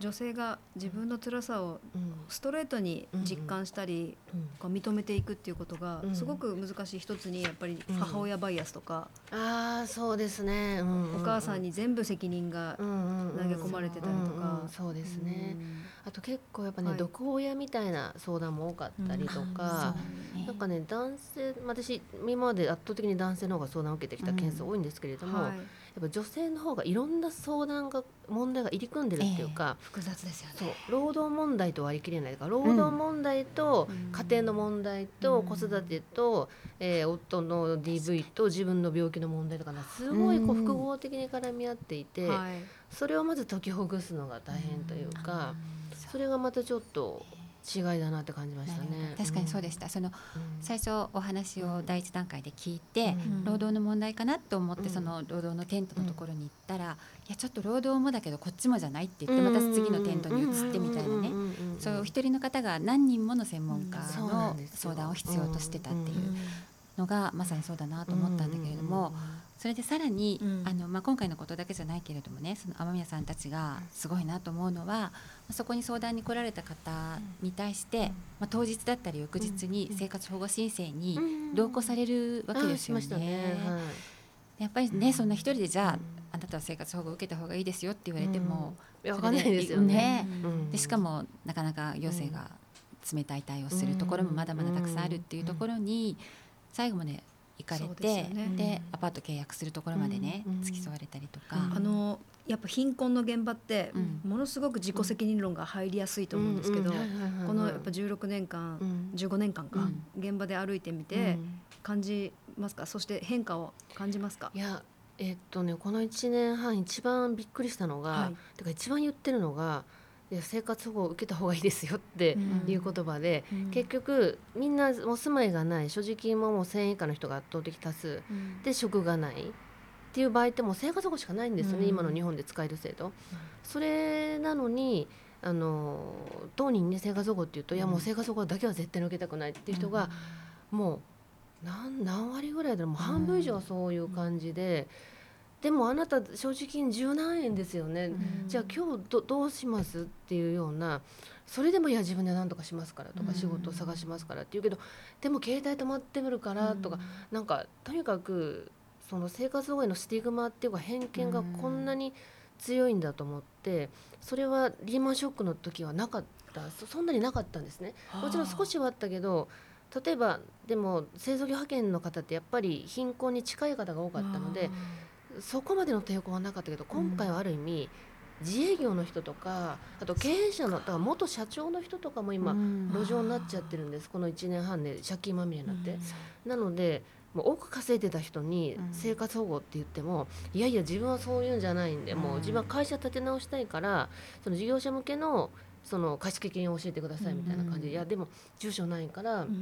女性が自分の辛さをストレートに実感したり、こう認めていくっていうことがすごく難しい。一つにやっぱり母親バイアスとか、 うん、ああそうですね、うんうんうん、 お母さんに全部責任が投げ込まれてたりとか、 うんうんうん、そうですね、うん、あと結構やっぱね、はい、毒親みたいな相談も多かったりとか、うん、なんかね男性、私今まで圧倒的に男性の方が相談を受けてきたケース多いんですけれども、うん、はい、やっぱ女性の方がいろんな相談が問題が入り組んでるっていうか、 えー、複雑ですよね。 そう労働問題と割り切れないから、労働問題と家庭の問題と子育てと、えー、夫の ディーブイ と自分の病気の問題とかすごいこう複合的に絡み合っていて、はい、それをまず解きほぐすのが大変というか、それがまたちょっと違いだなって感じましたね。 確かにそうでした。その、うん、最初お話を第一段階で聞いて、うん、労働の問題かなと思って、うん、その労働のテントのところに行ったら、うん、いやちょっと労働もだけどこっちもじゃないって言って、また次のテントに移ってみたいなね、そういうお一人の方が何人もの専門家の相談を必要としてたっていうのがまさにそうだなと思ったんだけれども、それでさらに、うん、あのまあ、今回のことだけじゃないけれどもね、その雨宮さんたちがすごいなと思うのは、そこに相談に来られた方に対して、うん、まあ、当日だったり翌日に生活保護申請に同行されるわけですよね。うんうん、ね、はい、やっぱりね、そんな一人でじゃあ、うん、あなたは生活保護を受けた方がいいですよって言われても、 うん、分かんないですよね。 うん、でしかもなかなか行政が冷たい対応するところもまだまだたくさんあるっていうところに最後まで行かれて、で、ね、でアパート契約するところまでね、うん、付き添われたりとか、 あのやっぱ貧困の現場ってものすごく自己責任論が入りやすいと思うんですけど、このやっぱじゅうろくねんかん、うん、じゅうごねんかんか、うん、現場で歩いてみて感じますか？そして変化を感じますか？ いや、えーっとね、このいちねんはん一番びっくりしたのが、はい、てか一番言ってるのが、いや生活保護を受けた方がいいですよっていう言葉で、うん、結局みんなお住まいがない、所持金ももうせんえん以下の人が圧倒的多数、うん、で職がないっていう場合ってもう生活保護しかないんですよね、うん、今の日本で使える制度、うん、それなのにあの当人に、ね、生活保護っていうと、うん、いやもう生活保護だけは絶対に受けたくないっていう人が、うん、もう 何, 何割ぐらいでもう半分以上はそういう感じで、でもあなた正直十何円ですよね、うん、じゃあ今日 ど, どうしますっていうような、それでもいや自分で何とかしますからとか、うん、仕事を探しますからって言うけど、でも携帯止まってくるからとか、うん、なんかとにかくその生活保護へのスティグマっていうか偏見がこんなに強いんだと思って、それはリーマンショックの時はなかった、そんなになかったんですね。もちろん少しはあったけど、例えばでも製造業派遣の方ってやっぱり貧困に近い方が多かったので、そこまでの抵抗はなかったけど、今回はある意味、うん、自営業の人とか、あと経営者の、だから元社長の人とかも今、うん、路上になっちゃってるんです。このいちねんはんで借金まみれになって、うん、なのでもう多く稼いでた人に生活保護って言っても、うん、いやいや自分はそういうんじゃないんで、うん、もう自分は会社立て直したいから、その事業者向けのその貸付金を教えてくださいみたいな感じで、うん、いやでも住所ないから、うん、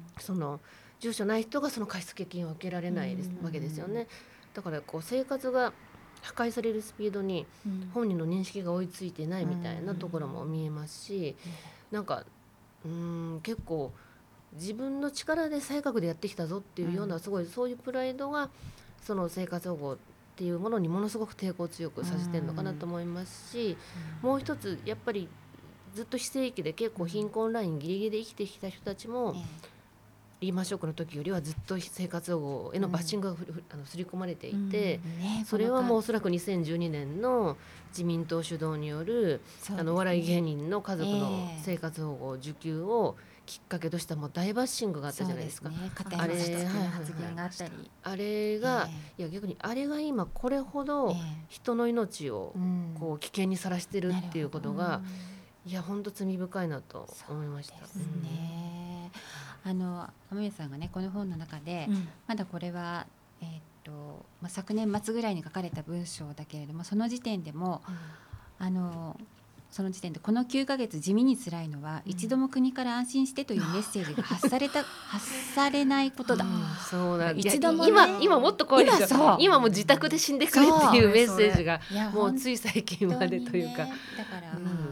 その住所ない人がその貸付金を受けられないです、うん、わけですよね。だからこう生活が破壊されるスピードに本人の認識が追いついてないみたいなところも見えますし、なんかうーん結構自分の力で才覚でやってきたぞっていうような、すごいそういうプライドがその生活保護っていうものにものすごく抵抗を強くさせてるのかなと思いますし、もう一つやっぱりずっと非正規で結構貧困ラインギリギリで生きてきた人たちも、リーマンショックの時よりはずっと生活保護へのバッシングが、うん、あの刷り込まれていて、うんね、それはもうおそらくにせんじゅうにねんの自民党主導による、ね、あのお笑い芸人の家族の生活保護受給をきっかけとしたもう大バッシングがあったじゃないですか。 あれ、発言があったり、 あれが、えー、いや逆にあれが今これほど人の命をこう危険にさらしてるっていうことが、うん、いや本当罪深いなと思いました。 そうですね、うん、あの雨宮さんがねこの本の中で、うん、まだこれは、えーっとまあ、昨年末ぐらいに書かれた文章だけれども、その時点でも、うん、あのその時点でこのきゅうかげつ地味に辛いのは、うん、一度も国から安心してというメッセージが発された発されないことだ、うん、 そうだ一度も、ね、今, 今もっと怖いですよ。 今, 今も自宅で死んでくれっていうメッセージがもうつい最近までというか、 ね、だから、うん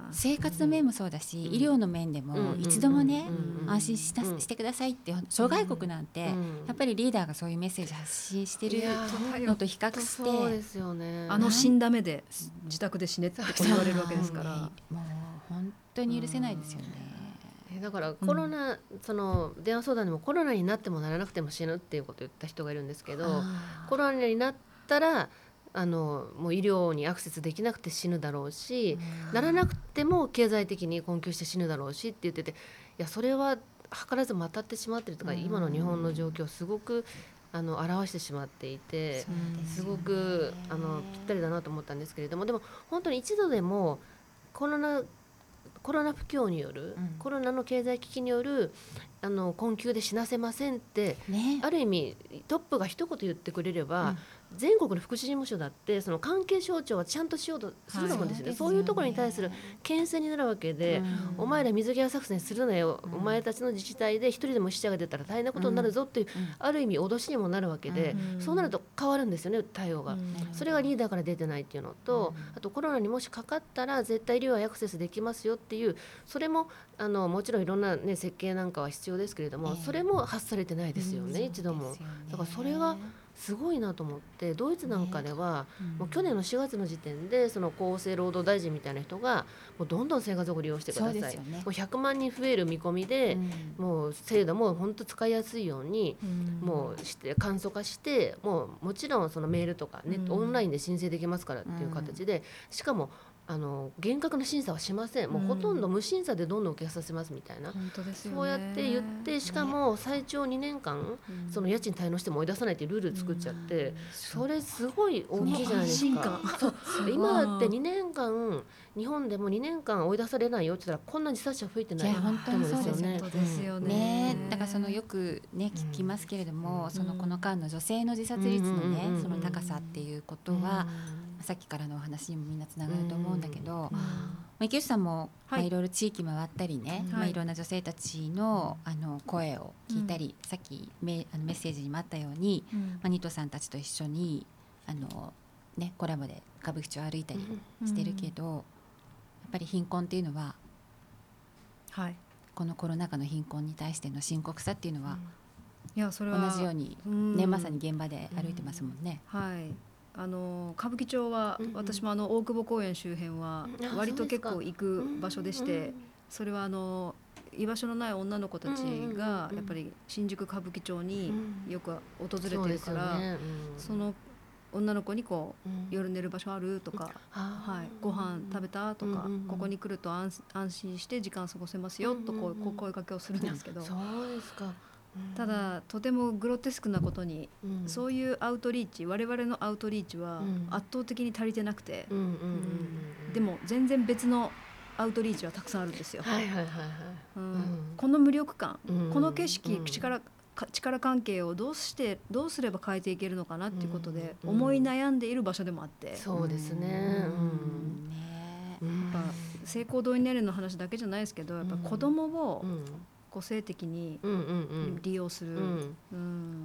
生活の面もそうだし、うん、医療の面でも一度もね、うん、安心した、うん、してくださいって諸外国なんて、うん、やっぱりリーダーがそういうメッセージ発信してるのと比較して、 そうですよね、 あの死んだ目で自宅で死ねって言われるわけですから、 もう本当に許せないですよね。 だからコロナ、うん、その電話相談でもコロナになってもならなくても死ぬっていうことを言った人がいるんですけど、コロナになったらあのもう医療にアクセスできなくて死ぬだろうし、ならなくても経済的に困窮して死ぬだろうしって言ってて、いやそれは図らずも当たってしまってるとか、今の日本の状況をすごくあの表してしまっていて、すごくあのぴったりだなと思ったんですけれども、でも本当に一度でもコロナコロナ不況による、うん、コロナの経済危機によるあの困窮で死なせませんって、ね、ある意味トップが一言言ってくれれば、うん、全国の福祉事務所だってその関係省庁はちゃんとしようとすると思うんですよね、はい、そういうところに対する牽制になるわけで、うん、お前ら水際作戦するなよ、うん、お前たちの自治体で一人でも死者が出たら大変なことになるぞっていう、うん、ある意味脅しにもなるわけで、うん、そうなると変わるんですよね、対応が、うん、それがリーダーから出てないっていうのと、うん、あとコロナにもしかかったら絶対医療はアクセスできますよっていう、それもあのもちろんいろんな、ね、設計なんかは必要ですけれども、えー、それも発されてないですよね、うん、一度も。だからそれがすごいなと思って、ドイツなんかでは、ね、うん、もう去年のしがつの時点でその厚生労働大臣みたいな人がもうどんどん生活保護利用してください、ね、もうひゃくまんにん増える見込みで、うん、もう制度も本当使いやすいように、うん、もうして簡素化して、もうもちろんそのメールとかネット、うん、オンラインで申請できますからっていう形で、しかもあの厳格な審査はしません、もうほとんど無審査でどんどん受けさせますみたいな、 本当ですよね、 そうやって言って、しかも最長にねんかん、ね、その家賃滞納しても追い出さないっていうルール作っちゃって、うん、それすごい大きいじゃないですか。そう今だってにねんかん日本でもにねんかん追い出されないよって言ったらこんな自殺者増えてないと思うんですよね。 本当ですよね、 ね、だからそのよくね聞きますけれども、うん、そのこの間の女性の自殺率のね、うん、その高さっていうことは、うん、さっきからのお話にもみんなつながると思うんだけど、うん、まあ、池内さんも、はい、まあ、いろいろ地域回ったりね、はい、まあ、いろんな女性たちの、あの声を聞いたり、うん、さっき メ, あのメッセージにもあったように、うん、まあ、ニトさんたちと一緒にあの、ね、コラボで歌舞伎町を歩いたりしてるけど、うん、やっぱり貧困っていうのは、はい、このコロナ禍の貧困に対しての深刻さっていうのは、うん、いやそれは同じように、うん、ね、まさに現場で歩いてますもんね、 うん、はい、あの歌舞伎町は、うんうん、私もあの大久保公園周辺は割と結構行く場所でして、それはあの居場所のない女の子たちがやっぱり新宿歌舞伎町によく訪れてるから、その女の子にこう、夜寝る場所あるとか、はい、ご飯食べたとか、ここに来ると 安, 安心して時間過ごせますよとこう、こう声かけをするんですけど、 そうですか。 ただとてもグロテスクなことに、うん、そういうアウトリーチ、我々のアウトリーチは圧倒的に足りてなくて、でも全然別のアウトリーチはたくさんあるんですよ。この無力感、うん、この景色、うん、力, 力関係をどうしてどうすれば変えていけるのかなっていうことで思い悩んでいる場所でもあって、うん、 そうですね、うんね、やっぱ性行動年齢の話だけじゃないですけど、やっぱ子供を、うん、個性的に利用する、うんうんうん、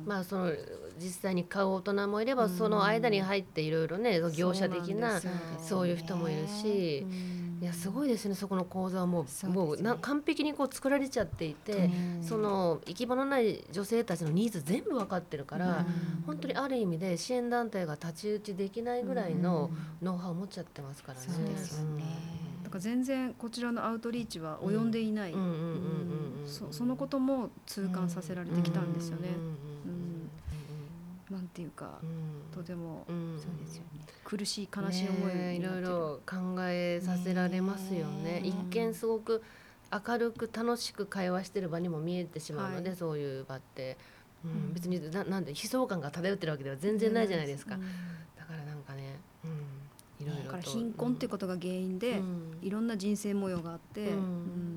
まあその実際に買う大人もいれば、うん、その間に入っていろいろね、業者的な そう, そういう人もいるし、うん、いやすごいですね、そこの講座はも う, もうな完璧にこう作られちゃっていて、うん、その行き場のない女性たちのニーズ全部分かってるから、うん、本当にある意味で支援団体が太刀打ちできないぐらいのノウハウを持っちゃってますからね。 そうですよね、だから全然こちらのアウトリーチは及んでいない、そのことも痛感させられてきたんですよね。なんていうか、うん、とても、うん、そうですよね、苦しい悲しい思いを、 ね、いろいろ考えさせられますよね。一見すごく明るく楽しく会話してる場にも見えてしまうので、はい、そういう場って、うんうん、別に な, なんで悲壮感が漂ってるわけでは全然ないじゃないですか、うん、だからなんかね、うん、いろいろと、 だから貧困っていうことが原因で、うん、いろんな人生模様があって、うんうん、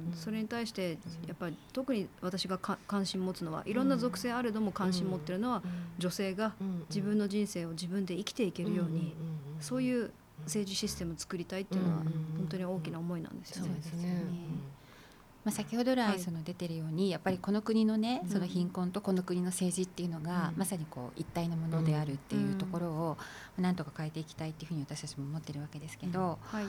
それに対してやっぱり特に私がか関心持つのは、いろんな属性あれども関心持ってるのは、うん、女性が自分の人生を自分で生きていけるように、うん、そういう政治システムを作りたいっていうのは本当に大きな思いなんですよね。 そうですね、まあ、先ほど来その出てるように、はい、やっぱりこの国のね、その貧困とこの国の政治っていうのが、うん、まさにこう一体のものであるっていうところをなんとか変えていきたいっていうふうに私たちも思ってるわけですけど、うん、はい、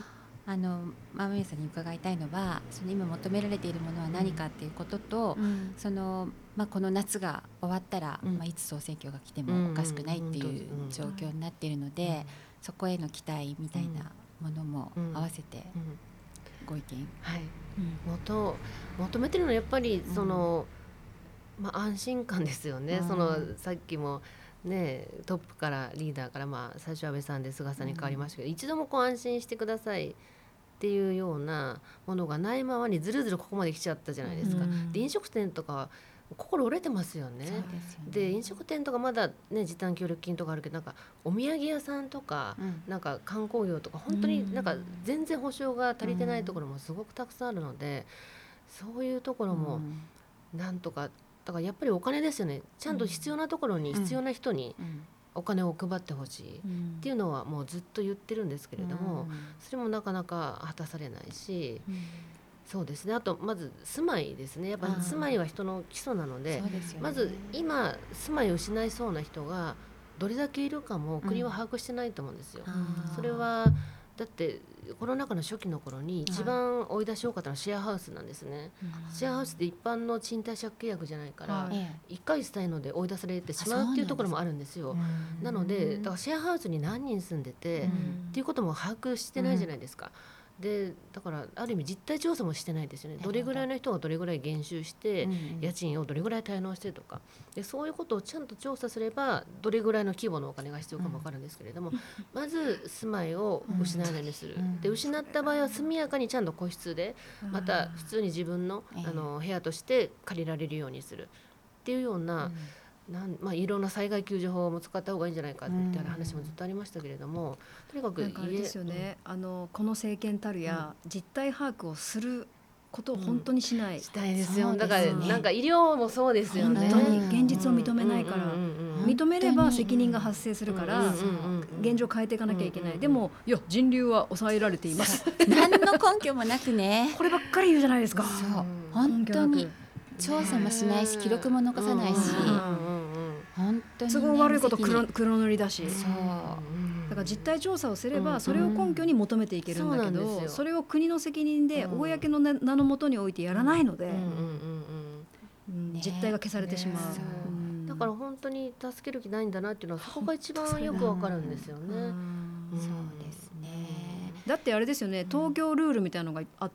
あのママミヤさんに伺いたいのは、その今求められているものは何かっていうことと、うん、そのまあ、この夏が終わったら、うんまあ、いつ総選挙が来てもおかしくないっていう状況になっているので、うんうんうん、そこへの期待みたいなものも合わせてご意見、 はいうん、元求めてるのはやっぱりその、うんまあ、安心感ですよね、うん、そのさっきもね、トップからリーダーから、まあ、最初安倍さんで菅さんに変わりましたけど、うん、一度もこう安心してくださいっていうようなものがないままにずるずるここまで来ちゃったじゃないですか、うん、で飲食店とか心折れてますよね。そうですよね。で飲食店とかまだね時短協力金とかあるけど、なんかお土産屋さんとか、うん、なんか観光業とか本当になんか全然保証が足りてないところもすごくたくさんあるので、そういうところもなんとか、だからやっぱりお金ですよね。ちゃんと必要なところに必要な人にお金を配ってほしいっていうのはもうずっと言ってるんですけれども、それもなかなか果たされないし、そうですね。あとまず住まいですね。やっぱ住まいは人の基礎なので、でね、まず今住まいを失いそうな人がどれだけいるかも国は把握してないと思うんですよ、うん、それはだってコロナ禍の初期の頃に一番追い出し多かったのはシェアハウスなんですね、うん、シェアハウスって一般の賃貸借契約じゃないから、いっかげつ単位ので追い出されてしまうっていうところもあるんですよ。なのでだからシェアハウスに何人住んでて、うん、っていうことも把握してないじゃないですか、うんでだからある意味実態調査もしてないですよね。どれぐらいの人がどれぐらい減収して、うんうん、家賃をどれぐらい滞納してとかで、そういうことをちゃんと調査すればどれぐらいの規模のお金が必要かも分かるんですけれども、うん、まず住まいを失わないようにする、うん、で失った場合は速やかにちゃんと個室でまた普通に自分の、あの部屋として借りられるようにするっていうような、うんなんまあ、いろんな災害救助法も使った方がいいんじゃないかっていう話もずっとありましたけれども、とにかくなんかあれですよね、うん、あのこの政権たるや、うん、実態把握をすることを本当にしない、うん、 したいですよ。だからなんか医療もそうですよね。 本当に現実を認めないから、認めれば責任が発生するから、現状を変えていかなきゃいけない、うんうんうん、でもいや人流は抑えられています何の根拠もなくねこればっかり言うじゃないですか。 そう本当に調査もしないし記録も残さないし、本当に、ね、 都合悪いこと 黒, 黒塗りだし、そうだから実態調査をすればそれを根拠に求めていけるんだけど、うんうん、そ, それを国の責任で公の名のもとに置いてやらないので実態が消されてしまう、ねうん、だから本当に助ける気ないんだなっていうのはそこが一番よくわかるんですよね、うんうん、 そうですね。 だってあれですよね、東京ルールみたいなのがあって、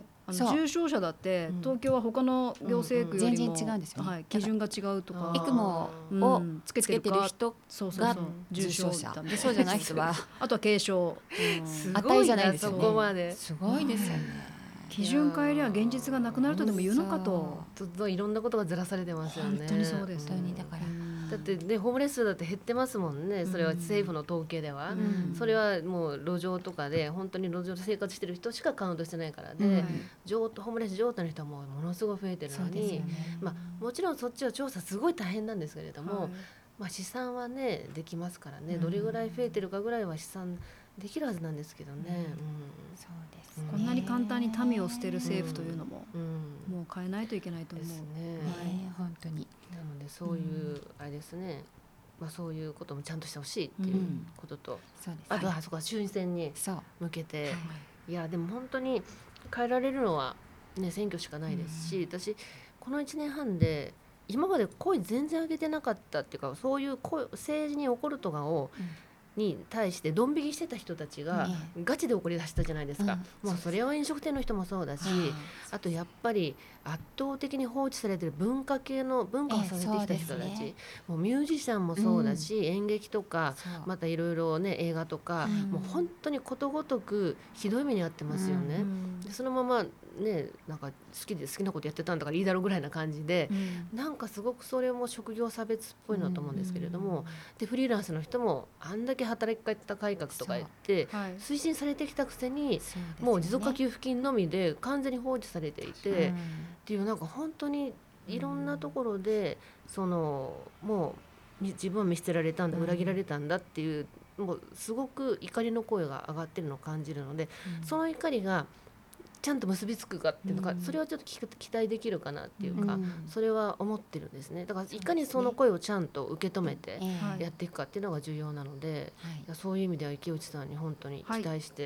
うん、あの重症者だって東京は他の行政区よりも、 うんうん、全然違うんですよね、 はい、基準が違うとか、 エクモをつけてる人が重症者で、そうじゃない人はあとは軽症、 うん、すごいじゃないですよね。そこまですごいですよね。 基準変えりゃ現実がなくなるとでも言うのかと、 ちょっといろんなことがずらされてますよね。 本当にそうです、 本当にだから、 だってねホームレス数だって減ってますもんね。それは政府の統計では、うん、それはもう路上とかで本当に路上で生活してる人しかカウントしてないからで、うん、ホームレス状態の人はもうものすごい増えてるのに、ね、まあ、もちろんそっちは調査すごい大変なんですけれども、はい、まあ、試算はねできますからね、どれぐらい増えてるかぐらいは試算できるはずなんですけどね、うんうん、 そうですね。 こんなに簡単に民を捨てる政府というのも、うん、もう変えないといけないと思うですね、 はい、本当に。 なのでそういうあれですね、まあ、そういうこともちゃんとしてほしいっていうことと、うん、 そうですね、 あとはそこは衆院選に向けて、はい、いやでも本当に変えられるのは、ね、選挙しかないですし、うん、私このいちねんはんで今まで声全然上げてなかったっていうか、そういう声政治に起こるとかを、うんに対してドン引きしてた人たちがガチで怒り出したじゃないですか、うん、もうそれは飲食店の人もそうだし、うん、あとやっぱり圧倒的に放置されてる文化系の文化をさせてきた人たち、えーね、もうミュージシャンもそうだし、うん、演劇とかまたいろいろね映画とか、うん、もう本当にことごとくひどい目に遭ってますよね、うん、でそのままね、なんか好きで好きなことやってたんだからいいだろうぐらいな感じで、うん、なんかすごくそれも職業差別っぽいなと思うんですけれども、うん、でフリーランスの人もあんだけ働き方改革とか言って、はい、推進されてきたくせに、ね、もう持続化給付金のみで完全に放置されていて、うん、っていうなんか本当にいろんなところで、うん、そのもう自分は見捨てられたんだ、裏切られたんだっていう、もうすごく怒りの声が上がってるのを感じるので、うん、その怒りがちゃんと結びつくかっていうのか、うん、それはちょっと期待できるかなっていうか、うん、それは思ってるんですね。だからいかにその声をちゃんと受け止めてやっていくかっていうのが重要なので、はい、そういう意味では池内さんに本当に期待して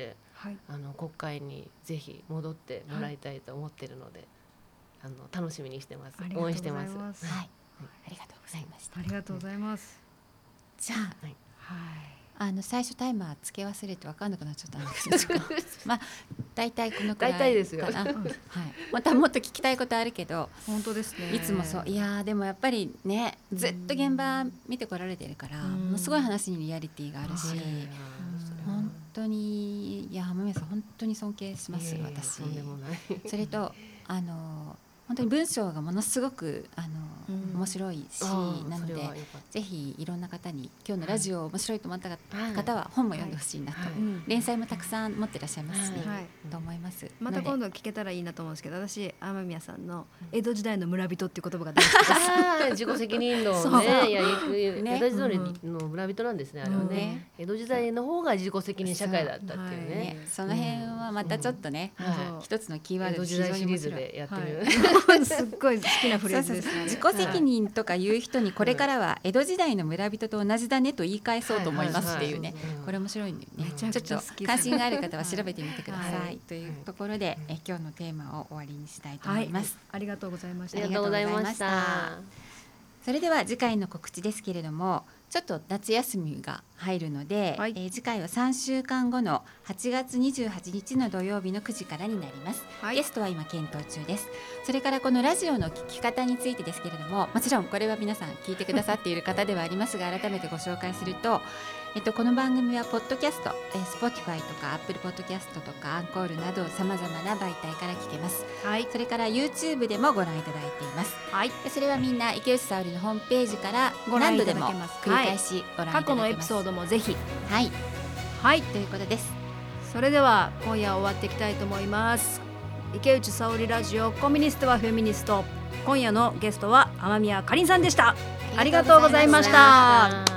はい、 あの国会にぜひ戻ってもらいたいと思っているので、はい、あの楽しみにしてます。応援してます。 はい、ありがとうございました。 ありがとうございます。 じゃあ、はい、あの最初タイマーつけ忘れて分かんなくなっちゃったんですけどまあ大体このくらい大体ですよ、 はい、またもっと聞きたいことあるけど本当ですね。 いつもそういやでもやっぱりねずっと現場見てこられてるからものすごい話にリアリティがあるし本当にいや雨宮さん本当に尊敬します私。それとあの本当に文章がものすごくあの、うん、面白いしなのでぜひいろんな方に今日のラジオ面白いと思った方は本も読んでほしいなと、はいはい、連載もたくさん持ってらっしゃいますし、はい、と思います。 また今度聞けたらいいなと思うんですけど私雨宮さんの江戸時代の村人っていう言葉が大好きですあ自己責任のねいやね江戸時代の村人なんですね、うん、あれはね、ね江戸時代の方が自己責任社会だったっていうね、はいねその辺はまたちょっとね、うんはい、一つのキーワードで江戸時代シリーズでやってみる、はいすっごい好きなフレーズですね。 自己責任とか言う人にこれからは江戸時代の村人と同じだねと言い返そうと思いますっていうねこれ面白いんだよね。ちょっと関心がある方は調べてみてください、はい、というところでえ今日のテーマを終わりにしたいと思います、 はい、ありがとうございました。 ありがとうございました。 それでは次回の告知ですけれどもちょっと夏休みが入るので、はいえー、次回はさんしゅうかんごのはちがつにじゅうはちにちの土曜日のくじからになります、はい、ゲストは今検討中です。それからこのラジオの聞き方についてですけれどももちろんこれは皆さん聞いてくださっている方ではありますが改めてご紹介するとえっと、この番組はポッドキャスト、えー、Spotify とか Apple Podcast とかアンコールなどさまざまな媒体から聞けます、はい、それから YouTube でもご覧いただいています、はい、でそれはみんな池内沙織のホームページから何度でも繰り返しご覧いただけます、 過去のエピソードもぜひはい、はい、ということです。 それでは今夜終わっていきたいと思います。池内沙織ラジオコミュニストはフェミニスト今夜のゲストは雨宮かりんさんでした。ありがとうございました。